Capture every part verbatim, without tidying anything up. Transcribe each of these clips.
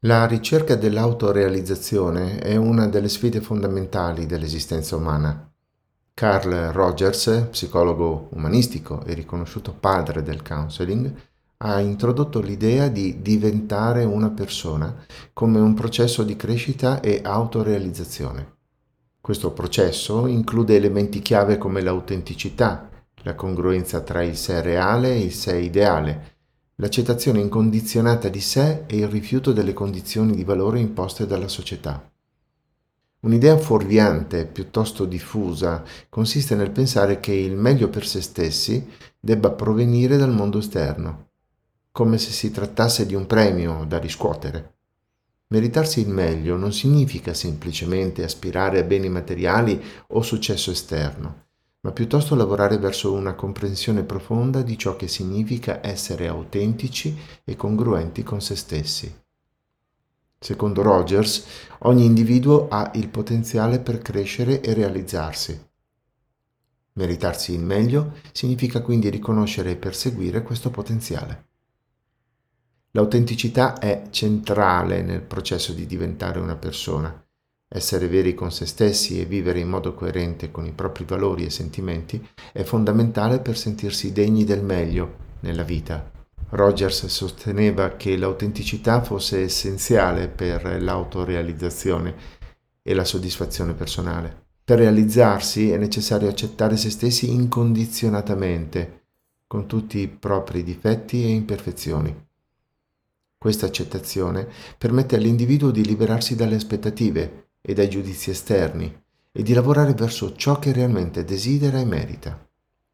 La ricerca dell'autorealizzazione è una delle sfide fondamentali dell'esistenza umana. Carl Rogers, psicologo umanistico e riconosciuto padre del counseling, ha introdotto l'idea di diventare una persona come un processo di crescita e autorealizzazione. Questo processo include elementi chiave come l'autenticità, la congruenza tra il sé reale e il sé ideale, l'accettazione incondizionata di sé e il rifiuto delle condizioni di valore imposte dalla società. Un'idea fuorviante, piuttosto diffusa, consiste nel pensare che il meglio per se stessi debba provenire dal mondo esterno, come se si trattasse di un premio da riscuotere. Meritarsi il meglio non significa semplicemente aspirare a beni materiali o successo esterno, ma piuttosto lavorare verso una comprensione profonda di ciò che significa essere autentici e congruenti con se stessi. Secondo Rogers, ogni individuo ha il potenziale per crescere e realizzarsi. Meritarsi il meglio significa quindi riconoscere e perseguire questo potenziale. L'autenticità è centrale nel processo di diventare una persona. Essere veri con se stessi e vivere in modo coerente con i propri valori e sentimenti è fondamentale per sentirsi degni del meglio nella vita. Rogers sosteneva che l'autenticità fosse essenziale per l'autorealizzazione e la soddisfazione personale. Per realizzarsi è necessario accettare se stessi incondizionatamente, con tutti i propri difetti e imperfezioni. Questa accettazione permette all'individuo di liberarsi dalle aspettative e dai giudizi esterni e di lavorare verso ciò che realmente desidera e merita.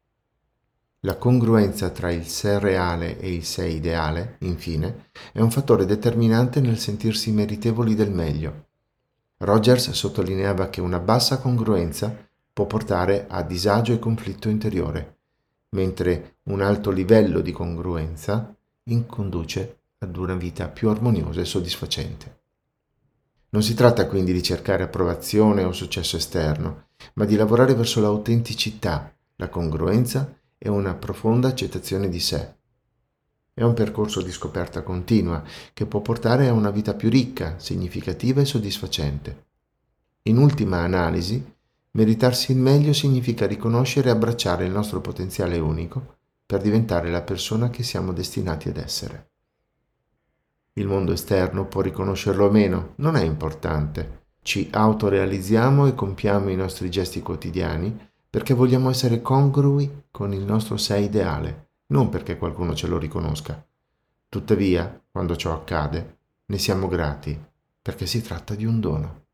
La congruenza tra il sé reale e il sé ideale, infine, è un fattore determinante nel sentirsi meritevoli del meglio. Rogers sottolineava che una bassa congruenza può portare a disagio e conflitto interiore, mentre un alto livello di congruenza conduce ad una vita più armoniosa e soddisfacente. Non si tratta quindi di cercare approvazione o successo esterno, ma di lavorare verso l'autenticità, la congruenza e una profonda accettazione di sé. È un percorso di scoperta continua che può portare a una vita più ricca, significativa e soddisfacente. In ultima analisi, meritarsi il meglio significa riconoscere e abbracciare il nostro potenziale unico per diventare la persona che siamo destinati ad essere. Il mondo esterno può riconoscerlo o meno, non è importante. Ci autorealizziamo e compiamo i nostri gesti quotidiani perché vogliamo essere congrui con il nostro sé ideale, non perché qualcuno ce lo riconosca. Tuttavia, quando ciò accade, ne siamo grati, perché si tratta di un dono.